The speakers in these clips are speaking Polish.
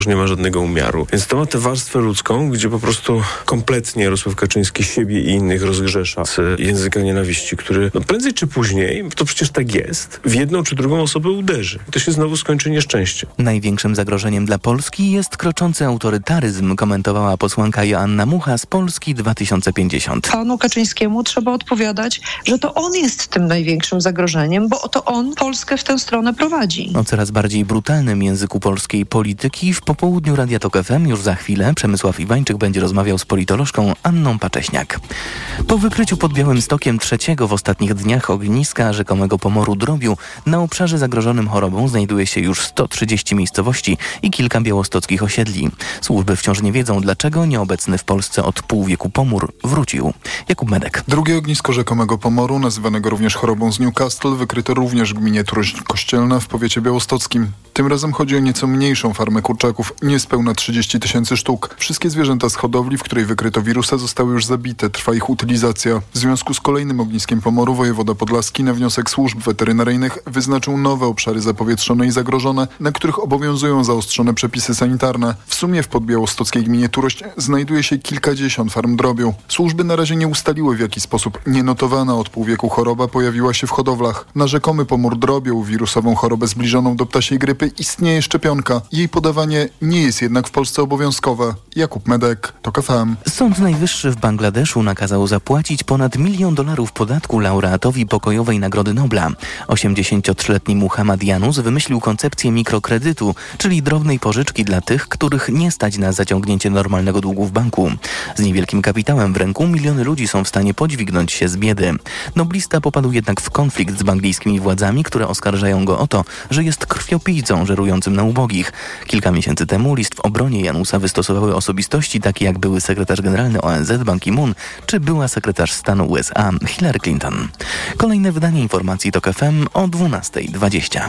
nie ma żadnego umiaru. Więc to ma tę warstwę ludzką, gdzie po prostu kompletnie Jarosław Kaczyński siebie i innych rozgrzesza z języka nienawiści, który prędzej czy później, to przecież tak jest, w jedną czy drugą osobę uderzy. To się znowu skończy nieszczęściem. Największym zagrożeniem dla Polski jest kroczący autorytaryzm, komentowała posłanka Joanna Mucha z Polski 2050. Panu Kaczyńskiemu trzeba odpowiadać, że to on jest tym największym zagrożeniem, bo to on Polskę w tę stronę prowadzi. O coraz bardziej brutalnym języku polskiej polityki w popołudniu Radia Tok FM już za chwilę Przemysław Iwańczyk będzie rozmawiał z politolożką Anną Pacześniak. Po wykryciu pod Białymstokiem trzeciego w ostatnich dniach ogniska rzekomego pomoru drobiu na obszarze zagrożonym chorobą znajduje się już 130 miejscowości i kilka białostockich osiedli. Służby wciąż nie wiedzą, dlaczego nieobecny w Polsce od pół wieku pomór wrócił. Jakub Medek. Drugie ognisko rzekomego pomoru, nazywanego również chorobą z Newcastle, wykryto również w gminie Turośl Kościelna w powiecie białostockim. Tym razem chodzi o nieco mniejszą farmę kurczaków, niespełna 30 000 sztuk. Wszystkie zwierzęta z hodowli, w której wykryto wirusa, zostały już zabite. Trwa ich utylizacja. W związku z kolejnym ogniskiem pomoru wojewoda podlaski na wniosek służb weterynaryjnych wyznaczył nowe obszary zapowietrzone i zagrożone, na których obowiązują zaostrzone przepisy sanitarne. W sumie w podbiałostockiej gminie Turośl znajduje się kilkadziesiąt farm drobiu. Służby na razie nie ustaliły, w jaki sposób nienotowana od pół wieku choroba pojawiła się w hodowlach. Na rzekomy pomór drobiu, wirusową chorobę zbliżoną do ptasiej grypy, istnieje szczepionka. Jej podawanie nie jest jednak w Polsce obowiązkowe. Jakub Medek, Tok FM. Sąd Najwyższy w Bangladeszu nakazał zapłacić ponad $1 milion podatku laureatowi pokojowej Nagrody Nobla. 83-letni Muhammad Yunus wymyślił koncepcję mikrokredytu, czyli drobnej pożyczki dla tych, których nie stać na zaciągnięcie normalnego długu w banku. Z niewielkim kapitałem w ręku miliony ludzi są w stanie podźwignąć się z biedy. Noblista popadł jednak w konflikt z banglijskimi władzami, które oskarżają go o to, że jest krwiopijcą żerującym na ubogich. Kilka miesięcy temu list w obronie Janusa wystosowały osobistości takie jak były sekretarz generalny ONZ Ban Ki-moon czy była sekretarz stanu USA Hillary Clinton. Kolejne wydanie informacji Tok FM o 12:20.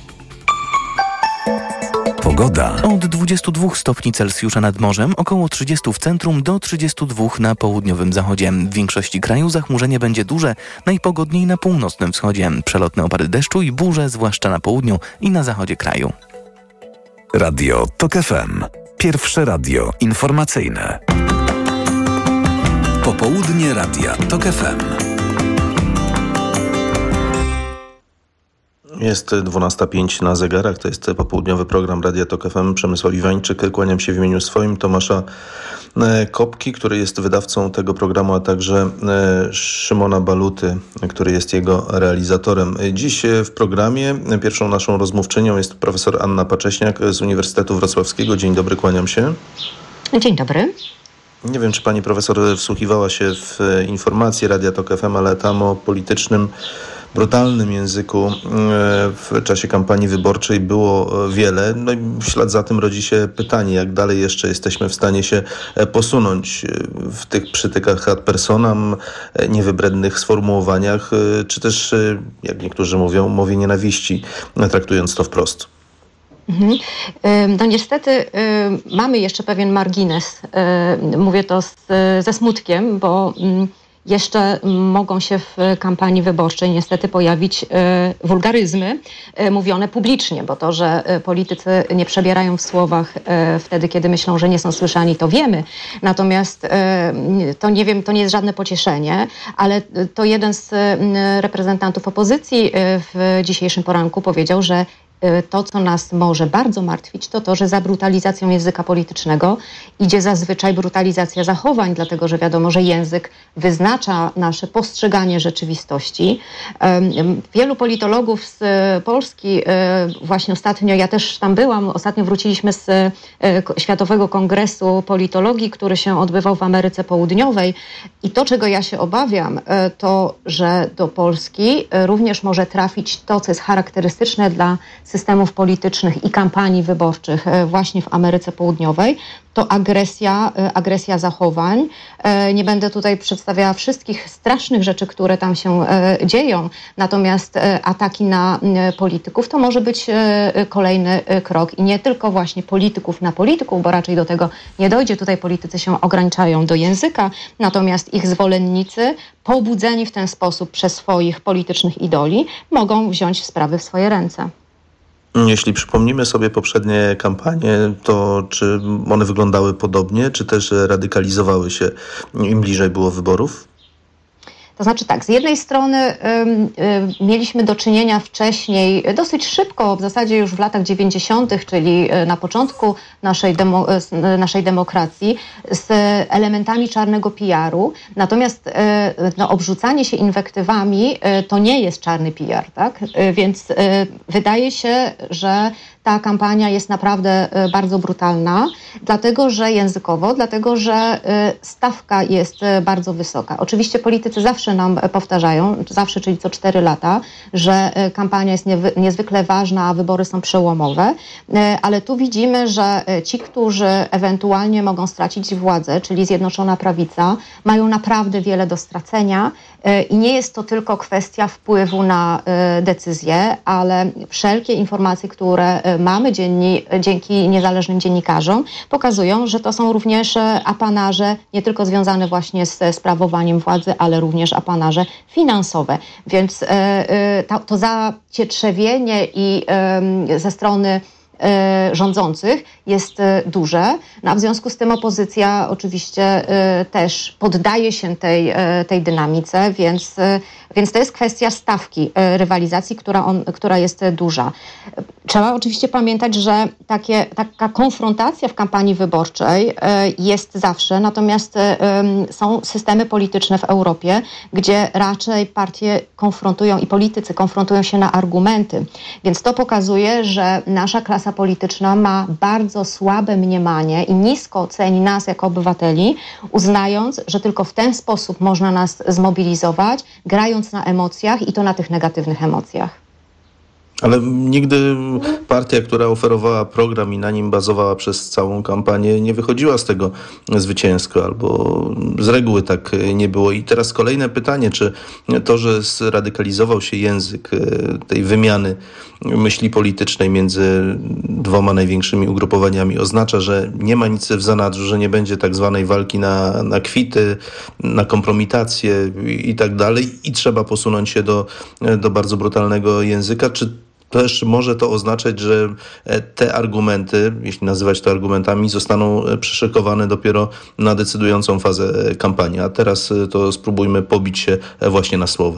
Pogoda. Od 22 stopni Celsjusza nad morzem, około 30 w centrum do 32 na południowym zachodzie. W większości kraju zachmurzenie będzie duże, najpogodniej na północnym wschodzie. Przelotne opady deszczu i burze, zwłaszcza na południu i na zachodzie kraju. Radio Tok FM. Pierwsze radio informacyjne. Popołudnie Radia Tok FM. Jest 12:05 na zegarach, to jest popołudniowy program Radia Tok FM. Przemysław Iwańczyk, kłaniam się w imieniu swoim, Tomasza Kopki, który jest wydawcą tego programu, a także Szymona Baluty, który jest jego realizatorem. Dziś w programie pierwszą naszą rozmówczynią jest profesor Anna Pacześniak z Uniwersytetu Wrocławskiego. Dzień dobry, kłaniam się. Dzień dobry. Nie wiem, czy pani profesor wsłuchiwała się w informacje Radia Tok FM, ale tam o politycznym brutalnym języku w czasie kampanii wyborczej było wiele. No i w ślad za tym rodzi się pytanie, jak dalej jeszcze jesteśmy w stanie się posunąć w tych przytykach ad personam, niewybrednych sformułowaniach, czy też, jak niektórzy mówią, mowie nienawiści, traktując to wprost. No niestety mamy jeszcze pewien margines. Mówię to ze smutkiem, bo jeszcze mogą się w kampanii wyborczej niestety pojawić wulgaryzmy mówione publicznie, bo to, że politycy nie przebierają w słowach wtedy, kiedy myślą, że nie są słyszani, to wiemy. Natomiast to nie wiem, to nie jest żadne pocieszenie, ale to jeden z reprezentantów opozycji w dzisiejszym poranku powiedział, że to, co nas może bardzo martwić, to to, że za brutalizacją języka politycznego idzie zazwyczaj brutalizacja zachowań, dlatego że wiadomo, że język wyznacza nasze postrzeganie rzeczywistości. Wielu politologów z Polski, właśnie ostatnio, ja też tam byłam, ostatnio wróciliśmy z Światowego Kongresu Politologii, który się odbywał w Ameryce Południowej i to, czego ja się obawiam, to, że do Polski również może trafić to, co jest charakterystyczne dla systemów politycznych i kampanii wyborczych właśnie w Ameryce Południowej, to agresja zachowań. Nie będę tutaj przedstawiała wszystkich strasznych rzeczy, które tam się dzieją, natomiast ataki na polityków to może być kolejny krok i nie tylko właśnie polityków na polityków, bo raczej do tego nie dojdzie. Tutaj politycy się ograniczają do języka, natomiast ich zwolennicy, pobudzeni w ten sposób przez swoich politycznych idoli, mogą wziąć sprawy w swoje ręce. Jeśli przypomnimy sobie poprzednie kampanie, to czy one wyglądały podobnie, czy też radykalizowały się im bliżej było wyborów? To znaczy tak, z jednej strony mieliśmy do czynienia wcześniej, dosyć szybko, w zasadzie już w latach 90., czyli na początku naszej demokracji, z elementami czarnego PR-u. Natomiast obrzucanie się inwektywami to nie jest czarny PR, tak? Więc wydaje się, że ta kampania jest naprawdę bardzo brutalna, dlatego że językowo, dlatego że stawka jest bardzo wysoka. Oczywiście politycy zawsze nam powtarzają, zawsze, czyli co 4 lata, że kampania jest niezwykle ważna, a wybory są przełomowe, ale tu widzimy, że ci, którzy ewentualnie mogą stracić władzę, czyli Zjednoczona Prawica, mają naprawdę wiele do stracenia i nie jest to tylko kwestia wpływu na decyzje, ale wszelkie informacje, które mamy dzięki niezależnym dziennikarzom, pokazują, że to są również apanaże nie tylko związane właśnie ze sprawowaniem władzy, ale również apanaże finansowe. Więc to zacietrzewienie i ze strony rządzących jest duże, a w związku z tym opozycja oczywiście też poddaje się tej dynamice, więc to jest kwestia stawki rywalizacji, która jest duża. Trzeba oczywiście pamiętać, że taka konfrontacja w kampanii wyborczej jest zawsze, natomiast są systemy polityczne w Europie, gdzie raczej partie konfrontują i politycy konfrontują się na argumenty. Więc to pokazuje, że nasza klasa polityczna ma bardzo słabe mniemanie i nisko oceni nas jako obywateli, uznając, że tylko w ten sposób można nas zmobilizować, grając na emocjach i to na tych negatywnych emocjach. Ale nigdy partia, która oferowała program i na nim bazowała przez całą kampanię, nie wychodziła z tego zwycięsko, albo z reguły tak nie było. I teraz kolejne pytanie, czy to, że zradykalizował się język tej wymiany myśli politycznej między dwoma największymi ugrupowaniami, oznacza, że nie ma nic w zanadrzu, że nie będzie tak zwanej walki na kwity, na kompromitacje i tak dalej i trzeba posunąć się do bardzo brutalnego języka, czy też może to oznaczać, że te argumenty, jeśli nazywać to argumentami, zostaną przyszykowane dopiero na decydującą fazę kampanii. A teraz to spróbujmy pobić się właśnie na słowa.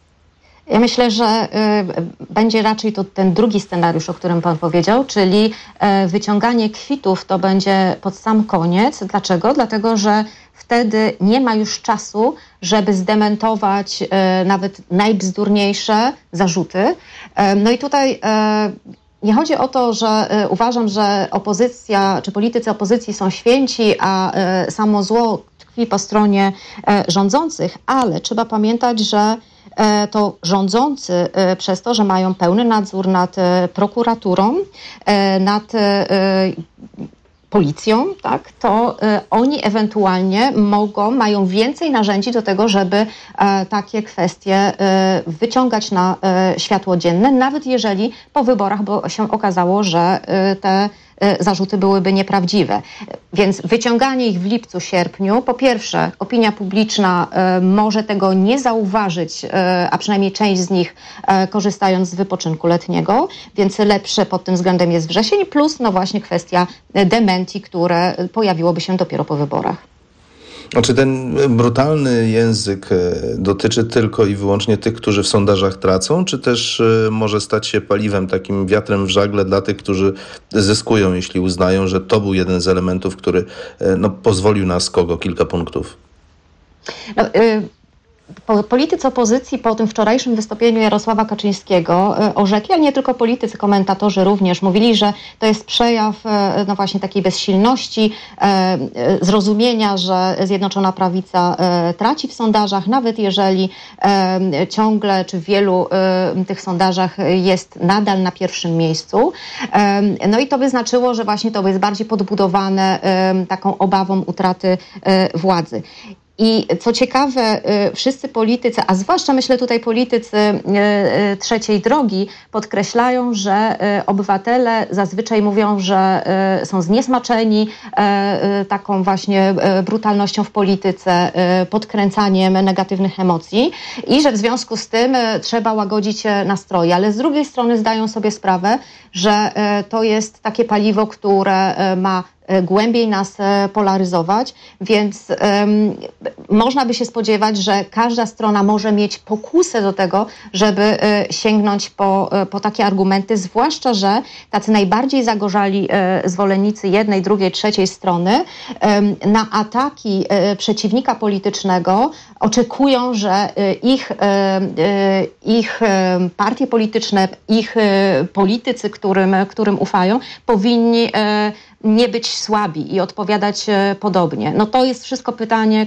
Ja myślę, że będzie raczej to ten drugi scenariusz, o którym pan powiedział, czyli wyciąganie kwitów to będzie pod sam koniec. Dlaczego? Dlatego, że wtedy nie ma już czasu, żeby zdementować nawet najbzdurniejsze zarzuty. No i tutaj nie chodzi o to, że uważam, że opozycja czy politycy opozycji są święci, a samo zło tkwi po stronie rządzących, ale trzeba pamiętać, że to rządzący przez to, że mają pełny nadzór nad prokuraturą, nad policją, tak, to oni ewentualnie mają więcej narzędzi do tego, żeby takie kwestie wyciągać na światło dzienne, nawet jeżeli po wyborach się okazało, że te zarzuty byłyby nieprawdziwe. Więc wyciąganie ich w lipcu, sierpniu, po pierwsze, opinia publiczna może tego nie zauważyć, a przynajmniej część z nich korzystając z wypoczynku letniego, więc lepsze pod tym względem jest wrzesień, plus no właśnie kwestia dementi, które pojawiłoby się dopiero po wyborach. Czy ten brutalny język dotyczy tylko i wyłącznie tych, którzy w sondażach tracą, czy też może stać się paliwem, takim wiatrem w żagle dla tych, którzy zyskują, jeśli uznają, że to był jeden z elementów, który pozwolił na skok o kilka punktów? Politycy opozycji po tym wczorajszym wystąpieniu Jarosława Kaczyńskiego orzekli, ale nie tylko politycy, komentatorzy również mówili, że to jest przejaw no właśnie takiej bezsilności, zrozumienia, że Zjednoczona Prawica traci w sondażach, nawet jeżeli ciągle czy w wielu tych sondażach jest nadal na pierwszym miejscu. No i to by znaczyło, że właśnie to jest bardziej podbudowane taką obawą utraty władzy. I co ciekawe, wszyscy politycy, a zwłaszcza myślę tutaj politycy trzeciej drogi, podkreślają, że obywatele zazwyczaj mówią, że są zniesmaczeni taką właśnie brutalnością w polityce, podkręcaniem negatywnych emocji i że w związku z tym trzeba łagodzić nastroje. Ale z drugiej strony zdają sobie sprawę, że to jest takie paliwo, które ma głębiej nas polaryzować, więc można by się spodziewać, że każda strona może mieć pokusę do tego, żeby sięgnąć po takie argumenty, zwłaszcza, że tacy najbardziej zagorzali zwolennicy jednej, drugiej, trzeciej strony na ataki przeciwnika politycznego oczekują, że ich partie polityczne, ich politycy, którym ufają, powinni nie być słabi i odpowiadać podobnie. No to jest wszystko pytanie,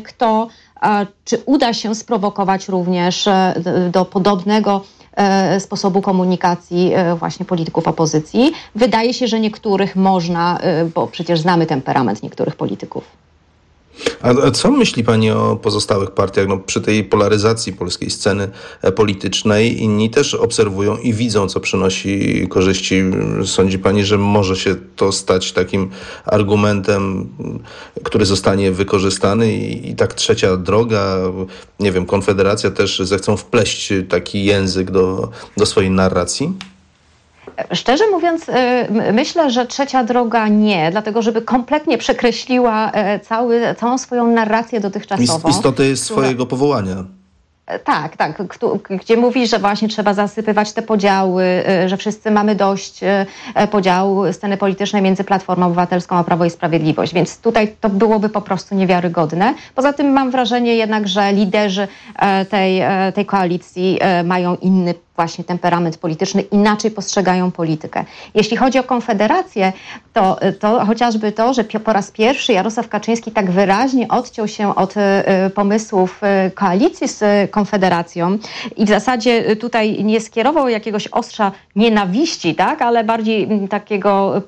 czy uda się sprowokować również do podobnego sposobu komunikacji właśnie polityków opozycji. Wydaje się, że niektórych można, bo przecież znamy temperament niektórych polityków. A co myśli pani o pozostałych partiach? No, przy tej polaryzacji polskiej sceny politycznej inni też obserwują i widzą, co przynosi korzyści. Sądzi pani, że może się to stać takim argumentem, który zostanie wykorzystany i tak trzecia droga, nie wiem, Konfederacja też zechcą wpleść taki język do swojej narracji? Szczerze mówiąc, myślę, że trzecia droga nie, dlatego żeby kompletnie przekreśliła całą swoją narrację dotychczasową. Istotę swojego powołania. Tak, gdzie mówi, że właśnie trzeba zasypywać te podziały, że wszyscy mamy dość podziału sceny politycznej między Platformą Obywatelską a Prawo i Sprawiedliwość, więc tutaj to byłoby po prostu niewiarygodne. Poza tym mam wrażenie jednak, że liderzy tej koalicji mają inny właśnie temperament polityczny, inaczej postrzegają politykę. Jeśli chodzi o Konfederację, to chociażby to, że po raz pierwszy Jarosław Kaczyński tak wyraźnie odciął się od pomysłów koalicji z Konfederacją i w zasadzie tutaj nie skierował jakiegoś ostrza nienawiści, tak, ale bardziej takiego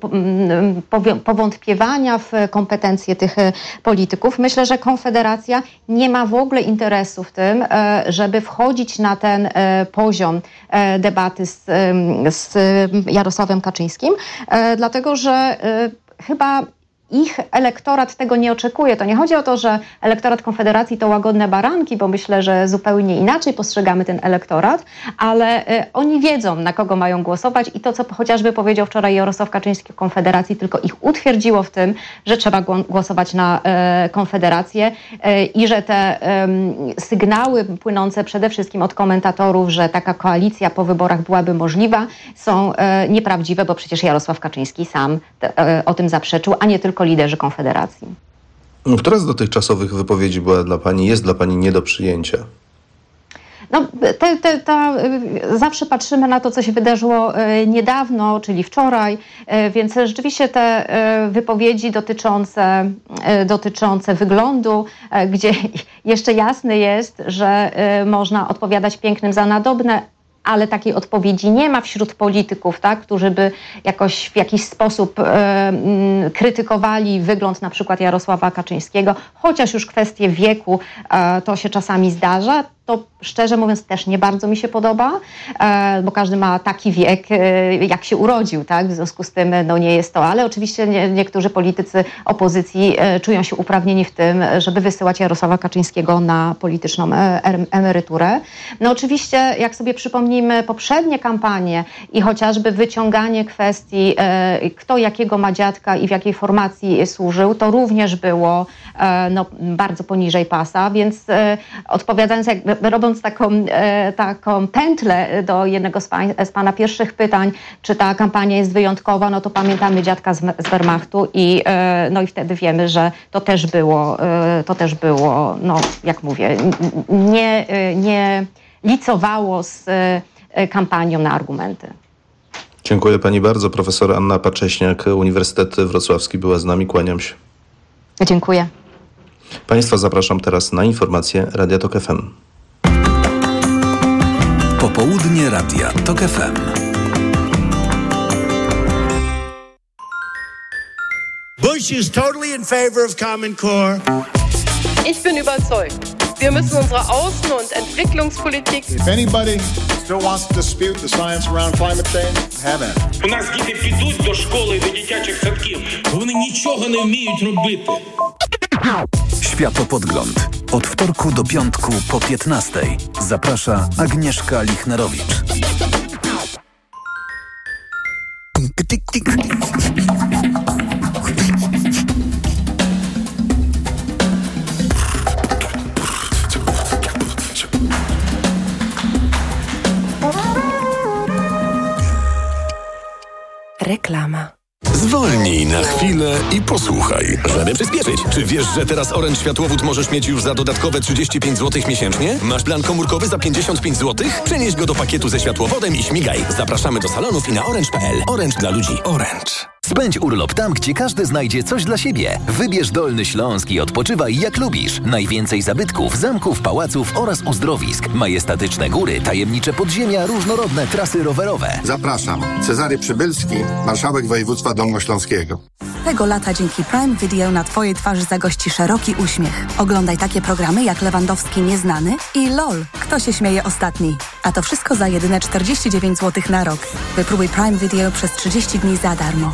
powątpiewania w kompetencje tych polityków. Myślę, że Konfederacja nie ma w ogóle interesu w tym, żeby wchodzić na ten poziom debaty z Jarosławem Kaczyńskim, dlatego że chyba ich elektorat tego nie oczekuje. To nie chodzi o to, że elektorat Konfederacji to łagodne baranki, bo myślę, że zupełnie inaczej postrzegamy ten elektorat, ale oni wiedzą, na kogo mają głosować i to, co chociażby powiedział wczoraj Jarosław Kaczyński o Konfederacji, tylko ich utwierdziło w tym, że trzeba głosować na Konfederację i że te sygnały płynące przede wszystkim od komentatorów, że taka koalicja po wyborach byłaby możliwa, są nieprawdziwe, bo przecież Jarosław Kaczyński sam o tym zaprzeczył, a nie tylko liderzy Konfederacji. Która z dotychczasowych wypowiedzi jest dla pani nie do przyjęcia? No, zawsze patrzymy na to, co się wydarzyło niedawno, czyli wczoraj, więc rzeczywiście te wypowiedzi dotyczące wyglądu, gdzie jeszcze jasne jest, że można odpowiadać pięknym za nadobne, ale takiej odpowiedzi nie ma wśród polityków, tak, którzy by w jakiś sposób krytykowali wygląd na przykład Jarosława Kaczyńskiego, chociaż już kwestie wieku to się czasami zdarza. To szczerze mówiąc też nie bardzo mi się podoba, bo każdy ma taki wiek, jak się urodził, tak? W związku z tym nie jest to, ale oczywiście niektórzy politycy opozycji czują się uprawnieni w tym, żeby wysyłać Jarosława Kaczyńskiego na polityczną emeryturę. No oczywiście, jak sobie przypomnimy poprzednie kampanie i chociażby wyciąganie kwestii, kto jakiego ma dziadka i w jakiej formacji służył, to również było bardzo poniżej pasa, więc odpowiadając, robiąc taką pętlę do jednego z pana pierwszych pytań, czy ta kampania jest wyjątkowa, no to pamiętamy dziadka z Wehrmachtu i wtedy wiemy, że to też było, jak mówię, nie licowało z kampanią na argumenty. Dziękuję pani bardzo. Profesor Anna Pacześniak, Uniwersytet Wrocławski była z nami. Kłaniam się. Dziękuję. Państwa zapraszam teraz na informacje Radia Tok FM. Popołudnie Radia Tok FM. Bush is totally in favor of Common Core. Ich bin überzeugt. Wir müssen unsere Außen- und Entwicklungspolitik. If anybody still wants to dispute the science around climate change, have it. У нас діти підуть до школи і до дитячих садків. Вони нічого не вміють робити. Światopodgląd. Od wtorku do piątku po 15:00. Zaprasza Agnieszka Lichnerowicz. Reklama. Zwolnij na chwilę i posłuchaj. Żeby przyspieszyć. Czy wiesz, że teraz Orange Światłowód możesz mieć już za dodatkowe 35 zł miesięcznie? Masz plan komórkowy za 55 zł? Przenieś go do pakietu ze światłowodem i śmigaj. Zapraszamy do salonów i na orange.pl. Orange dla ludzi. Orange. Spędź urlop tam, gdzie każdy znajdzie coś dla siebie. Wybierz Dolny Śląsk i odpoczywaj jak lubisz. Najwięcej zabytków, zamków, pałaców oraz uzdrowisk. Majestatyczne góry, tajemnicze podziemia, różnorodne trasy rowerowe. Zapraszam. Cezary Przybylski, marszałek województwa dolnośląskiego. Tego lata dzięki Prime Video na Twojej twarzy zagości szeroki uśmiech. Oglądaj takie programy jak Lewandowski Nieznany i LOL. Kto się śmieje ostatni? A to wszystko za jedyne 49 zł na rok. Wypróbuj Prime Video przez 30 dni za darmo.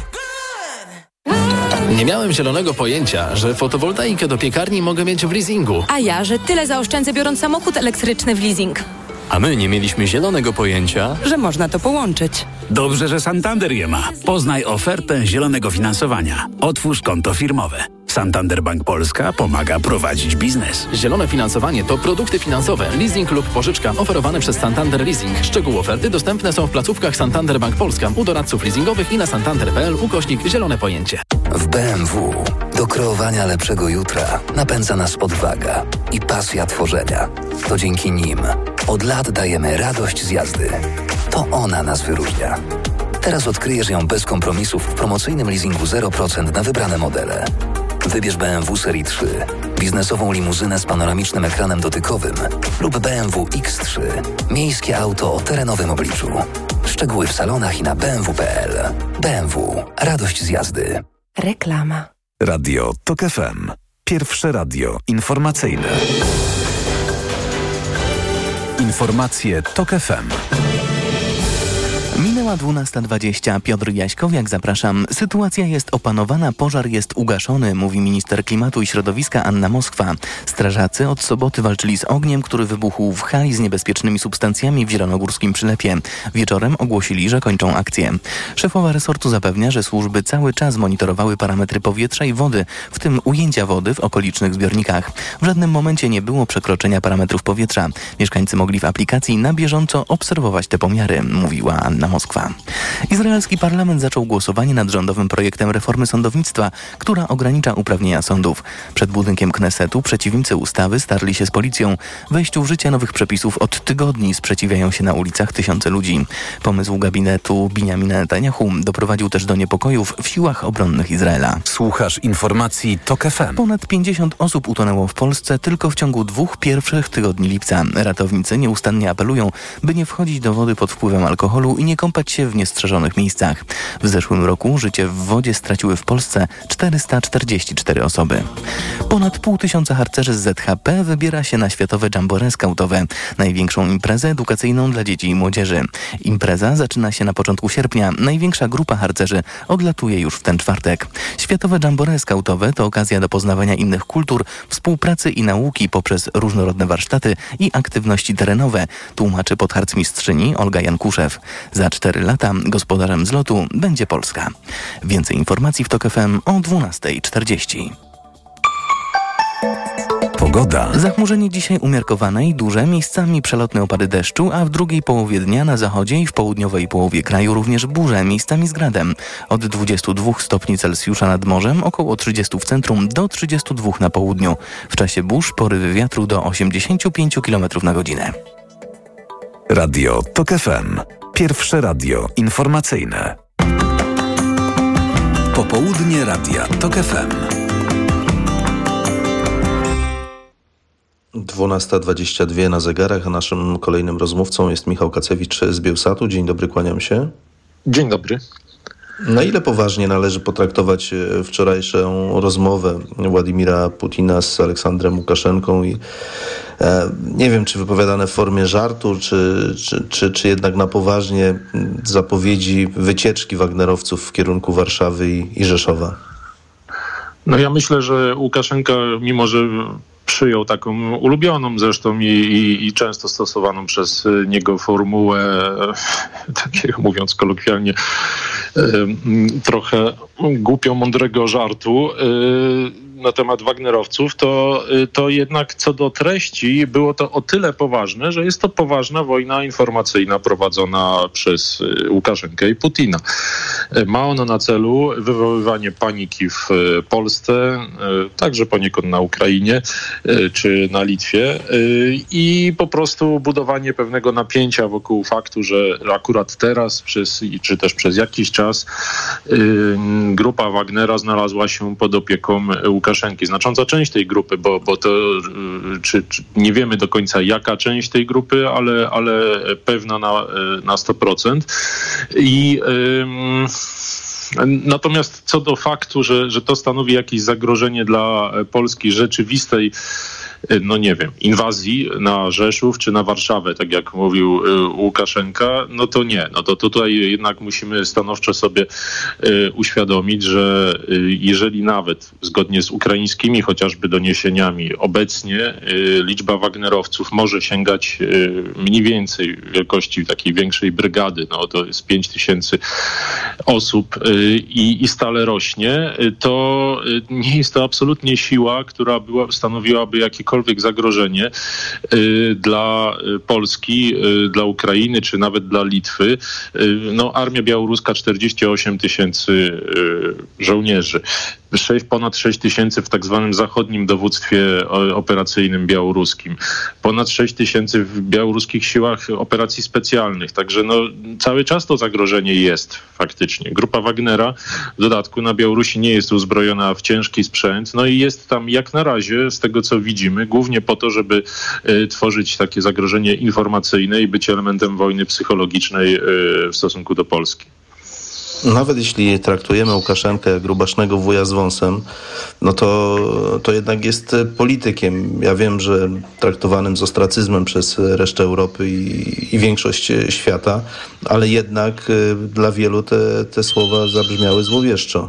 Nie miałem zielonego pojęcia, że fotowoltaikę do piekarni mogę mieć w leasingu. A ja, że tyle zaoszczędzę biorąc samochód elektryczny w leasing. A my nie mieliśmy zielonego pojęcia, że można to połączyć. Dobrze, że Santander je ma. Poznaj ofertę zielonego finansowania. Otwórz konto firmowe. Santander Bank Polska pomaga prowadzić biznes. Zielone finansowanie to produkty finansowe, leasing lub pożyczka oferowane przez Santander Leasing. Szczegóły oferty dostępne są w placówkach Santander Bank Polska, u doradców leasingowych i na santander.pl/zielone pojęcie. W BMW do kreowania lepszego jutra napędza nas odwaga i pasja tworzenia. To dzięki nim od lat dajemy radość z jazdy. To ona nas wyróżnia. Teraz odkryjesz ją bez kompromisów w promocyjnym leasingu 0% na wybrane modele. Wybierz BMW Serii 3, biznesową limuzynę z panoramicznym ekranem dotykowym lub BMW X3, miejskie auto o terenowym obliczu. Szczegóły w salonach i na bmw.pl. BMW. Radość z jazdy. Reklama. Radio TOK FM. Pierwsze radio informacyjne. Informacje TOK FM. Minęła 12:20. Piotr Jaśkowiak, zapraszam. Sytuacja jest opanowana, pożar jest ugaszony, mówi minister klimatu i środowiska Anna Moskwa. Strażacy od soboty walczyli z ogniem, który wybuchł w hali z niebezpiecznymi substancjami w zielonogórskim Przylepie. Wieczorem ogłosili, że kończą akcję. Szefowa resortu zapewnia, że służby cały czas monitorowały parametry powietrza i wody, w tym ujęcia wody w okolicznych zbiornikach. W żadnym momencie nie było przekroczenia parametrów powietrza. Mieszkańcy mogli w aplikacji na bieżąco obserwować te pomiary, mówiła Anna Moskwa. Izraelski parlament zaczął głosowanie nad rządowym projektem reformy sądownictwa, która ogranicza uprawnienia sądów. Przed budynkiem Knesetu przeciwnicy ustawy starli się z policją. Wejściu w życie nowych przepisów od tygodni sprzeciwiają się na ulicach tysiące ludzi. Pomysł gabinetu Binjamina Netanyahu doprowadził też do niepokojów w siłach obronnych Izraela. Słuchasz informacji TOK FM. Ponad 50 osób utonęło w Polsce tylko w ciągu 2 pierwszych tygodni lipca. Ratownicy nieustannie apelują, by nie wchodzić do wody pod wpływem alkoholu i nie kąpać się w niestrzeżonych miejscach. W zeszłym roku życie w wodzie straciły w Polsce 444 osoby. Ponad 500 harcerzy z ZHP wybiera się na Światowe Jamboree Skautowe, największą imprezę edukacyjną dla dzieci i młodzieży. Impreza zaczyna się na początku sierpnia. Największa grupa harcerzy odlatuje już w ten czwartek. Światowe Jamboree Skautowe to okazja do poznawania innych kultur, współpracy i nauki poprzez różnorodne warsztaty i aktywności terenowe, tłumaczy podharcmistrzyni Olga Jankuszew. Za 4 lata gospodarzem zlotu będzie Polska. Więcej informacji w TOK FM o 12:40. Pogoda. Zachmurzenie dzisiaj umiarkowane i duże, miejscami przelotne opady deszczu, a w drugiej połowie dnia na zachodzie i w południowej połowie kraju również burze, miejscami z gradem. Od 22 stopni Celsjusza nad morzem, około 30 w centrum, do 32 na południu. W czasie burz porywy wiatru do 85 km na godzinę. Radio TOK FM. Pierwsze radio informacyjne. Popołudnie Radia TOK FM. 12:22 na zegarach, a naszym kolejnym rozmówcą jest Michał Kacewicz z Biełsatu. Dzień dobry, kłaniam się. Dzień dobry. Na ile poważnie należy potraktować wczorajszą rozmowę Władimira Putina z Aleksandrem Łukaszenką i nie wiem, czy wypowiadane w formie żartu, czy jednak na poważnie zapowiedzi wycieczki wagnerowców w kierunku Warszawy i Rzeszowa? No ja myślę, że Łukaszenka, mimo że przyjął taką ulubioną zresztą i często stosowaną przez niego formułę, takiego mówiąc kolokwialnie, trochę głupio mądrego żartu na temat wagnerowców, to jednak co do treści było to o tyle poważne, że jest to poważna wojna informacyjna prowadzona przez Łukaszenkę i Putina. Ma ona na celu wywoływanie paniki w Polsce, także poniekąd na Ukrainie czy na Litwie i po prostu budowanie pewnego napięcia wokół faktu, że akurat teraz czy też przez jakiś czas grupa Wagnera znalazła się pod opieką Łukaszenki. Znacząca część tej grupy, bo to czy nie wiemy do końca jaka część tej grupy, ale pewna na 100%. Natomiast co do faktu, że to stanowi jakieś zagrożenie dla Polski rzeczywistej, no nie wiem, inwazji na Rzeszów czy na Warszawę, tak jak mówił Łukaszenka, no to nie. No to tutaj jednak musimy stanowczo sobie uświadomić, że jeżeli nawet zgodnie z ukraińskimi chociażby doniesieniami obecnie liczba wagnerowców może sięgać mniej więcej wielkości takiej większej brygady, no to jest 5000 osób i stale rośnie, to nie jest to absolutnie siła, która stanowiłaby jakiekolwiek zagrożenie dla Polski, dla Ukrainy, czy nawet dla Litwy. No, armia białoruska 48 000 żołnierzy. Ponad 6 000 w tak zwanym zachodnim dowództwie operacyjnym białoruskim. Ponad 6 000 w białoruskich siłach operacji specjalnych. Także no, cały czas to zagrożenie jest faktycznie. Grupa Wagnera w dodatku na Białorusi nie jest uzbrojona w ciężki sprzęt. No i jest tam jak na razie, z tego co widzimy, głównie po to, żeby tworzyć takie zagrożenie informacyjne i być elementem wojny psychologicznej w stosunku do Polski. Nawet jeśli traktujemy Łukaszenkę jak rubasznego wuja z wąsem, no to jednak jest politykiem. Ja wiem, że traktowanym z ostracyzmem przez resztę Europy i większość świata, ale jednak dla wielu te słowa zabrzmiały złowieszczo.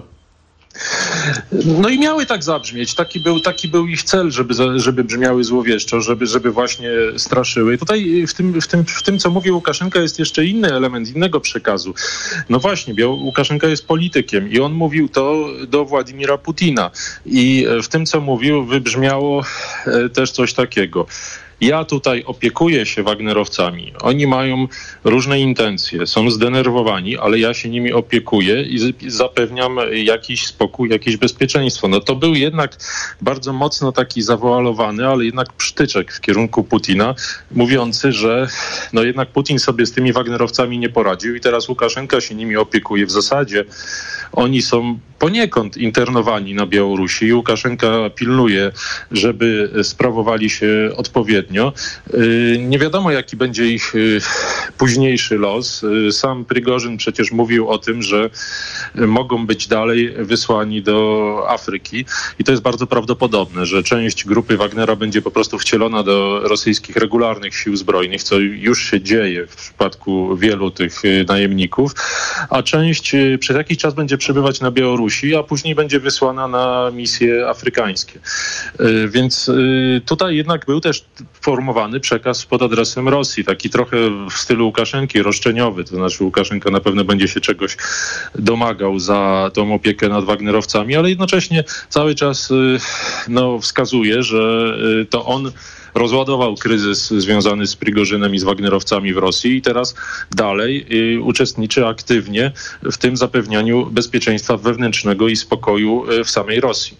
No i miały tak zabrzmieć. Taki był ich cel, żeby brzmiały złowieszczo, żeby właśnie straszyły. Tutaj w tym, co mówił Łukaszenka, jest jeszcze inny element, innego przekazu. No właśnie, Łukaszenka jest politykiem i on mówił to do Władimira Putina. I w tym, co mówił, wybrzmiało też coś takiego. Ja tutaj opiekuję się wagnerowcami. Oni mają różne intencje, są zdenerwowani, ale ja się nimi opiekuję i zapewniam jakiś spokój, jakieś bezpieczeństwo. No to był jednak bardzo mocno taki zawoalowany, ale jednak przytyczek w kierunku Putina, mówiący, że no jednak Putin sobie z tymi wagnerowcami nie poradził i teraz Łukaszenka się nimi opiekuje. W zasadzie oni są poniekąd internowani na Białorusi i Łukaszenka pilnuje, żeby sprawowali się odpowiednio. Nie wiadomo, jaki będzie ich późniejszy los. Sam Prigorzyn przecież mówił o tym, że mogą być dalej wysłani do Afryki i to jest bardzo prawdopodobne, że część grupy Wagnera będzie po prostu wcielona do rosyjskich regularnych sił zbrojnych, co już się dzieje w przypadku wielu tych najemników, a część przez jakiś czas będzie przebywać na Białorusi, a później będzie wysłana na misje afrykańskie. Więc tutaj jednak był też formowany przekaz pod adresem Rosji, taki trochę w stylu Łukaszenki, roszczeniowy, to znaczy Łukaszenka na pewno będzie się czegoś domagał za tą opiekę nad wagnerowcami, ale jednocześnie cały czas wskazuje, że to on rozładował kryzys związany z Prigorzynem i z wagnerowcami w Rosji i teraz dalej uczestniczy aktywnie w tym zapewnianiu bezpieczeństwa wewnętrznego i spokoju w samej Rosji.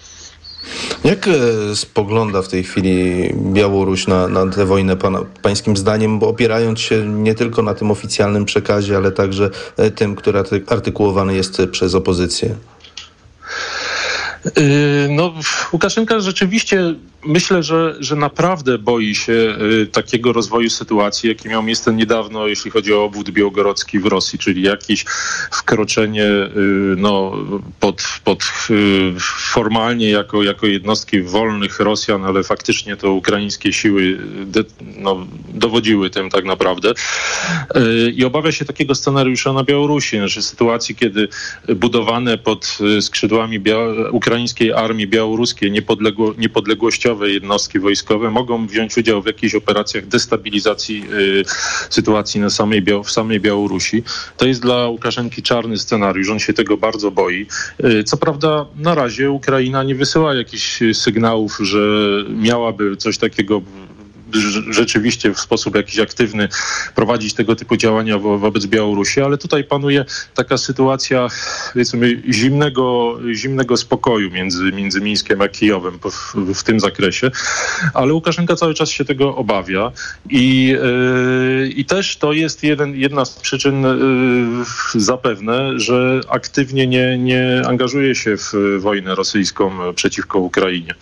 Jak spogląda w tej chwili Białoruś na tę wojnę pańskim zdaniem, bo opierając się nie tylko na tym oficjalnym przekazie, ale także tym, który artykułowany jest przez opozycję? No, Łukaszenka rzeczywiście myślę, że naprawdę boi się takiego rozwoju sytuacji, jaki miał miejsce niedawno, jeśli chodzi o obwód białogorodzki w Rosji, czyli jakieś wkroczenie pod formalnie jako jednostki wolnych Rosjan, ale faktycznie to ukraińskie siły dowodziły tym tak naprawdę. I obawia się takiego scenariusza na Białorusi, znaczy sytuacji, kiedy budowane pod skrzydłami ukraińskiej armii białoruskiej niepodległościowe jednostki wojskowe mogą wziąć udział w jakichś operacjach destabilizacji sytuacji w samej Białorusi. To jest dla Łukaszenki czarny scenariusz, on się tego bardzo boi. Co prawda na razie Ukraina nie wysyła jakichś sygnałów, że miałaby coś takiego rzeczywiście w sposób jakiś aktywny prowadzić tego typu działania wobec Białorusi, ale tutaj panuje taka sytuacja, powiedzmy, zimnego spokoju między Mińskiem a Kijowem w tym zakresie, ale Łukaszenka cały czas się tego obawia i też to jest jedna z przyczyn zapewne, że aktywnie nie angażuje się w wojnę rosyjską przeciwko Ukrainie.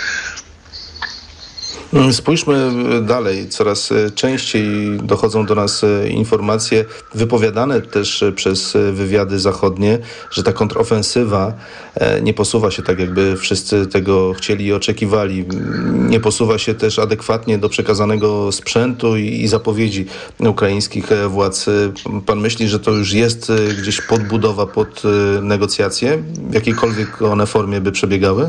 Spójrzmy dalej. Coraz częściej dochodzą do nas informacje wypowiadane też przez wywiady zachodnie, że ta kontrofensywa nie posuwa się tak, jakby wszyscy tego chcieli i oczekiwali. Nie posuwa się też adekwatnie do przekazanego sprzętu i zapowiedzi ukraińskich władz. Pan myśli, że to już jest gdzieś podbudowa pod negocjacje? W jakiejkolwiek one formie by przebiegały?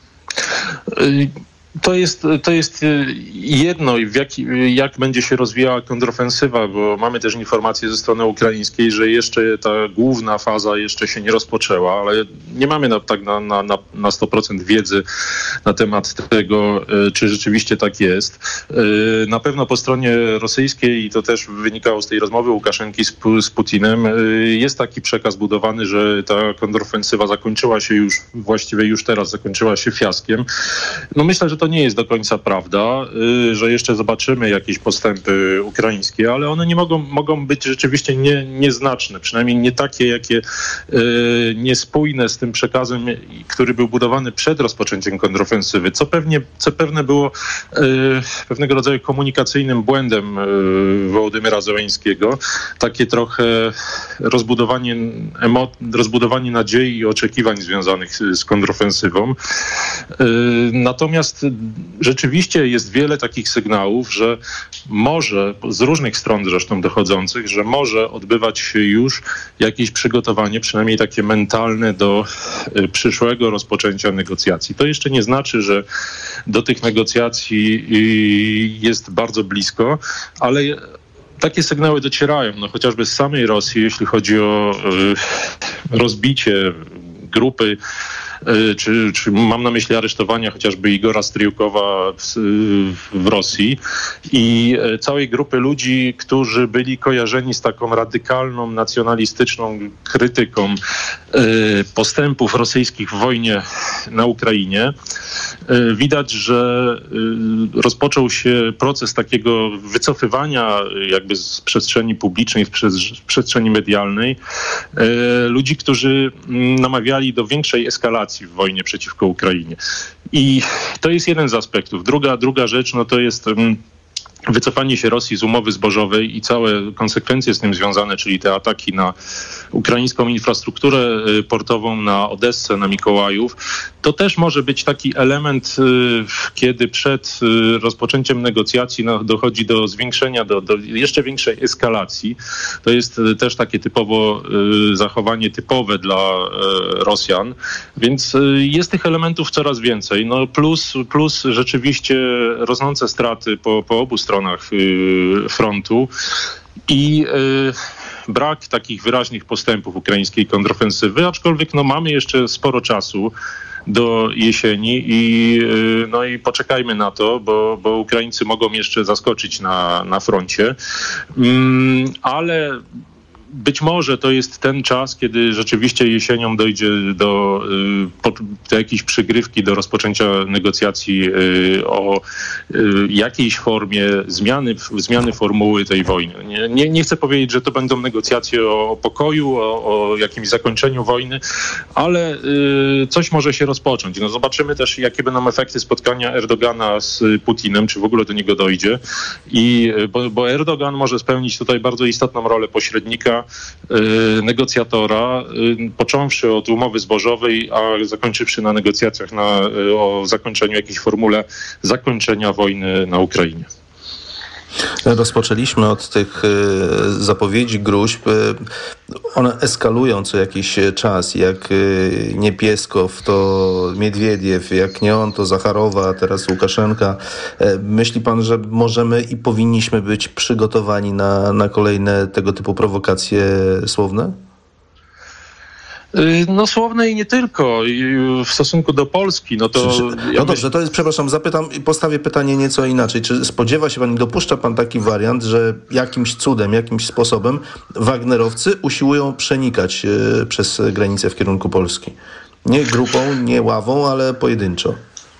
To jest jedno, jak będzie się rozwijała kontrofensywa, bo mamy też informacje ze strony ukraińskiej, że jeszcze ta główna faza jeszcze się nie rozpoczęła, ale nie mamy na 100% wiedzy na temat tego, czy rzeczywiście tak jest. Na pewno po stronie rosyjskiej, i to też wynikało z tej rozmowy Łukaszenki z Putinem, jest taki przekaz budowany, że ta kontrofensywa zakończyła się właściwie już teraz zakończyła się fiaskiem. No myślę, że to nie jest do końca prawda, że jeszcze zobaczymy jakieś postępy ukraińskie, ale one nie mogą być rzeczywiście nieznaczne, przynajmniej nie takie, jakie niespójne z tym przekazem, który był budowany przed rozpoczęciem kontrofensywy, co pewne było pewnego rodzaju komunikacyjnym błędem Wołodymyra Zełenskiego, takie trochę rozbudowanie nadziei i oczekiwań związanych z kontrofensywą. Natomiast rzeczywiście jest wiele takich sygnałów, że może, z różnych stron zresztą dochodzących, że może odbywać się już jakieś przygotowanie, przynajmniej takie mentalne, do przyszłego rozpoczęcia negocjacji. To jeszcze nie znaczy, że do tych negocjacji jest bardzo blisko, ale takie sygnały docierają, chociażby z samej Rosji, jeśli chodzi o rozbicie grupy, czy mam na myśli aresztowania chociażby Igora Stryjukowa w Rosji i całej grupy ludzi, którzy byli kojarzeni z taką radykalną, nacjonalistyczną krytyką postępów rosyjskich w wojnie na Ukrainie. Widać, że rozpoczął się proces takiego wycofywania jakby z przestrzeni publicznej, z przestrzeni medialnej ludzi, którzy namawiali do większej eskalacji w wojnie przeciwko Ukrainie. I to jest jeden z aspektów. Druga rzecz, to jest wycofanie się Rosji z umowy zbożowej i całe konsekwencje z tym związane, czyli te ataki na ukraińską infrastrukturę portową, na Odessę, na Mikołajów. To też może być taki element, kiedy przed rozpoczęciem negocjacji dochodzi do zwiększenia, do jeszcze większej eskalacji. To jest też takie zachowanie typowe dla Rosjan, więc jest tych elementów coraz więcej. Plus rzeczywiście rosnące straty po obu stronach frontu i brak takich wyraźnych postępów ukraińskiej kontrofensywy, aczkolwiek mamy jeszcze sporo czasu do jesieni i poczekajmy na to, bo Ukraińcy mogą jeszcze zaskoczyć na froncie, ale być może to jest ten czas, kiedy rzeczywiście jesienią dojdzie do jakiejś przygrywki, do rozpoczęcia negocjacji o jakiejś formie zmiany formuły tej wojny. Nie chcę powiedzieć, że to będą negocjacje o pokoju, o jakimś zakończeniu wojny, ale coś może się rozpocząć. No zobaczymy też, jakie będą efekty spotkania Erdogana z Putinem, czy w ogóle do niego dojdzie. Bo Erdogan może spełnić tutaj bardzo istotną rolę pośrednika, negocjatora, począwszy od umowy zbożowej, a zakończywszy na negocjacjach o zakończeniu jakiejś formule zakończenia wojny na Ukrainie. Rozpoczęliśmy od tych zapowiedzi gruźb. One eskalują co jakiś czas. Jak nie Pieskow, to Miedwiediew, jak nie on, to Zacharowa, a teraz Łukaszenka. Myśli pan, że możemy i powinniśmy być przygotowani na kolejne tego typu prowokacje słowne? No słowne i nie tylko. W stosunku do Polski, no to... Dobrze, to jest, przepraszam, postawię pytanie nieco inaczej. Czy spodziewa się pan i dopuszcza pan taki wariant, że jakimś cudem, jakimś sposobem wagnerowcy usiłują przenikać przez granicę w kierunku Polski? Nie grupą, nie ławą, ale pojedynczo.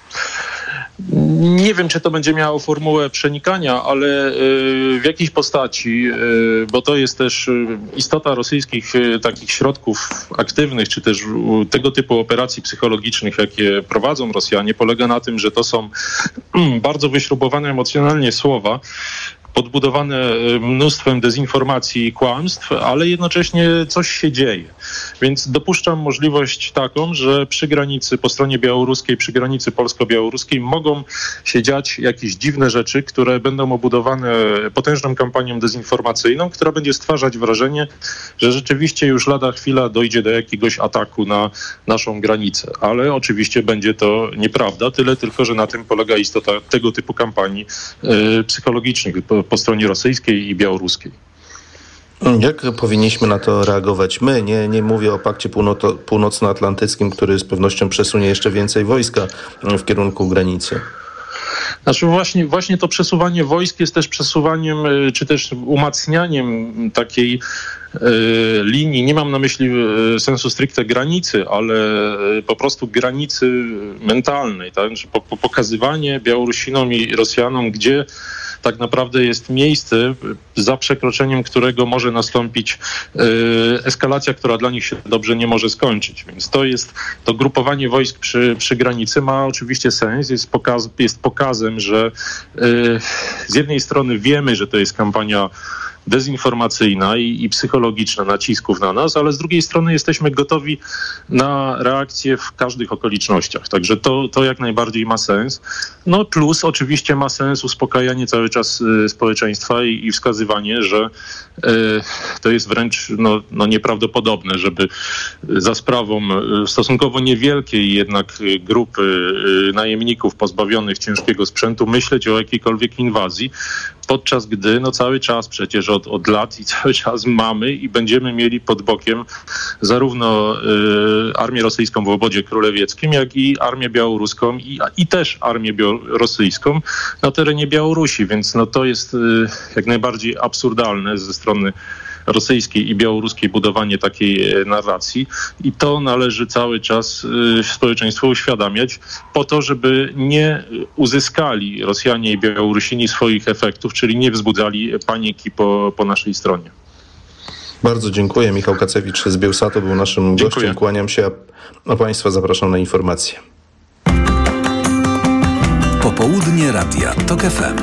Nie wiem, czy to będzie miało formułę przenikania, ale w jakiejś postaci, bo to jest też istota rosyjskich takich środków aktywnych, czy też tego typu operacji psychologicznych, jakie prowadzą Rosjanie, polega na tym, że to są bardzo wyśrubowane emocjonalnie słowa, podbudowane mnóstwem dezinformacji i kłamstw, ale jednocześnie coś się dzieje. Więc dopuszczam możliwość taką, że przy granicy, po stronie białoruskiej, przy granicy polsko-białoruskiej mogą się dziać jakieś dziwne rzeczy, które będą obudowane potężną kampanią dezinformacyjną, która będzie stwarzać wrażenie, że rzeczywiście już lada chwila dojdzie do jakiegoś ataku na naszą granicę. Ale oczywiście będzie to nieprawda, tyle tylko, że na tym polega istota tego typu kampanii psychologicznych po stronie rosyjskiej i białoruskiej. Jak powinniśmy na to reagować my? Nie mówię o Pakcie Północnoatlantyckim, który z pewnością przesunie jeszcze więcej wojska w kierunku granicy. Znaczy właśnie to przesuwanie wojsk jest też przesuwaniem, czy też umacnianiem takiej linii. Nie mam na myśli sensu stricte granicy, ale po prostu granicy mentalnej. Tak? Pokazywanie Białorusinom i Rosjanom, gdzie tak naprawdę jest miejsce, za przekroczeniem którego może nastąpić eskalacja, która dla nich się dobrze nie może skończyć. Więc to grupowanie wojsk przy granicy ma oczywiście sens, jest pokazem, że z jednej strony wiemy, że to jest kampania dezinformacyjna i psychologiczna nacisków na nas, ale z drugiej strony jesteśmy gotowi na reakcję w każdych okolicznościach. Także to jak najbardziej ma sens. No plus oczywiście ma sens uspokajanie cały czas społeczeństwa i wskazywanie, że to jest wręcz nieprawdopodobne, żeby za sprawą stosunkowo niewielkiej jednak grupy najemników pozbawionych ciężkiego sprzętu myśleć o jakiejkolwiek inwazji, podczas gdy cały czas przecież od lat i cały czas mamy i będziemy mieli pod bokiem zarówno armię rosyjską w obozie królewieckim, jak i armię białoruską i też armię rosyjską na terenie Białorusi, więc to jest jak najbardziej absurdalne ze strony rosyjskiej i białoruskiej budowanie takiej narracji i to należy cały czas społeczeństwu uświadamiać po to, żeby nie uzyskali Rosjanie i Białorusini swoich efektów, czyli nie wzbudzali paniki po naszej stronie. Bardzo dziękuję. Michał Kacewicz z Bielsatu był naszym gościem. Kłaniam się, a Państwa zapraszam na informacje. Popołudnie Radia TOK FM.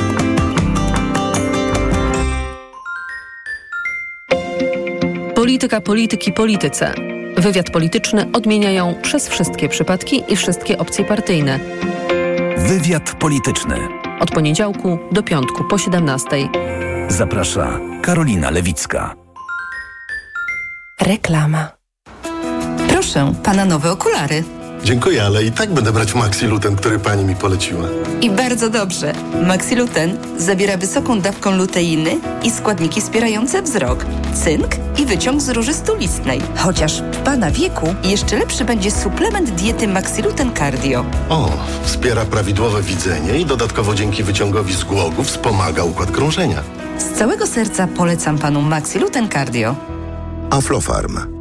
Polityka, polityki, polityce. Wywiad polityczny odmieniają przez wszystkie przypadki i wszystkie opcje partyjne. Wywiad polityczny. Od poniedziałku do piątku po 17:00. Zaprasza Karolina Lewicka. Reklama. Proszę, pana nowe okulary. Dziękuję, ale i tak będę brać Maxiluten, który pani mi poleciła. I bardzo dobrze. Maxiluten zawiera wysoką dawką luteiny i składniki wspierające wzrok, cynk i wyciąg z róży stulistnej. Chociaż w pana wieku jeszcze lepszy będzie suplement diety Maxiluten Cardio. O, wspiera prawidłowe widzenie i dodatkowo dzięki wyciągowi z głogu wspomaga układ krążenia. Z całego serca polecam panu Maxiluten Cardio. Aflofarm.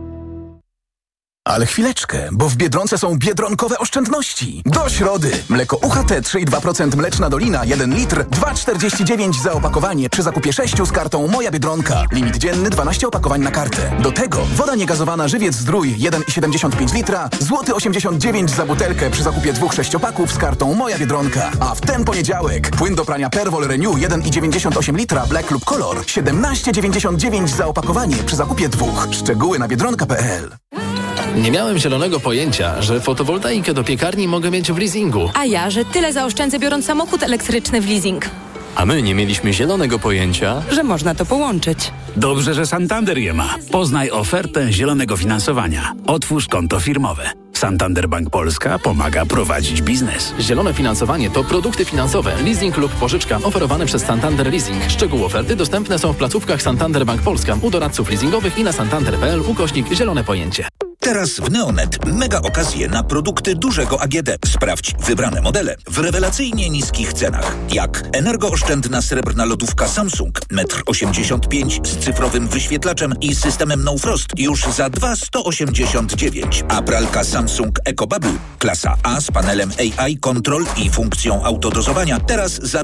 Ale chwileczkę, bo w Biedronce są biedronkowe oszczędności. Do środy. Mleko UHT 3,2% mleczna dolina 1 litr 2,49 za opakowanie przy zakupie 6 z kartą Moja Biedronka. Limit dzienny 12 opakowań na kartę. Do tego woda niegazowana Żywiec Zdrój 1,75 litra złoty 89 za butelkę przy zakupie 2 6-paków z kartą Moja Biedronka. A w ten poniedziałek płyn do prania Perwol Renew 1,98 litra Black lub Color 17,99 za opakowanie przy zakupie 2. Szczegóły na biedronka.pl. Nie miałem zielonego pojęcia, że fotowoltaikę do piekarni mogę mieć w leasingu. A ja, że tyle zaoszczędzę biorąc samochód elektryczny w leasing. A my nie mieliśmy zielonego pojęcia, że można to połączyć. Dobrze, że Santander je ma. Poznaj ofertę zielonego finansowania. Otwórz konto firmowe. Santander Bank Polska pomaga prowadzić biznes. Zielone finansowanie to produkty finansowe, leasing lub pożyczka oferowane przez Santander Leasing. Szczegóły oferty dostępne są w placówkach Santander Bank Polska, u doradców leasingowych i na santander.pl/zielone pojęcie. Teraz w Neonet mega okazje na produkty dużego AGD. Sprawdź wybrane modele w rewelacyjnie niskich cenach. Jak energooszczędna srebrna lodówka Samsung 1,85 m z cyfrowym wyświetlaczem i systemem No Frost już za 2,189 m. A pralka Samsung EcoBubble klasa A z panelem AI Control i funkcją autodozowania teraz za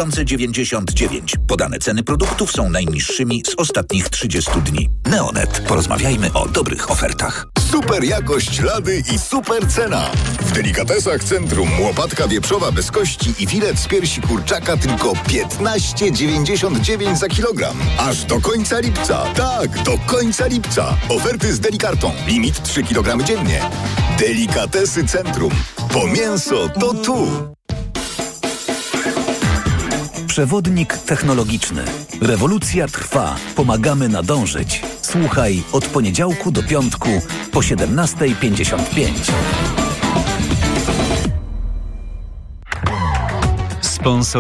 2099. Podane ceny produktów są najniższymi z ostatnich 30 dni. Neonet. Porozmawiajmy o dobrych ofertach. Super jakość lady i super cena. W Delikatesach Centrum łopatka wieprzowa bez kości i filet z piersi kurczaka tylko 15,99 za kilogram. Aż do końca lipca. Tak, do końca lipca. Oferty z Delikartą. Limit 3 kg dziennie. Delikatesy Centrum. Po mięso to tu. Przewodnik technologiczny. Rewolucja trwa. Pomagamy nadążyć. Słuchaj od poniedziałku do piątku po 17:55. Sponsor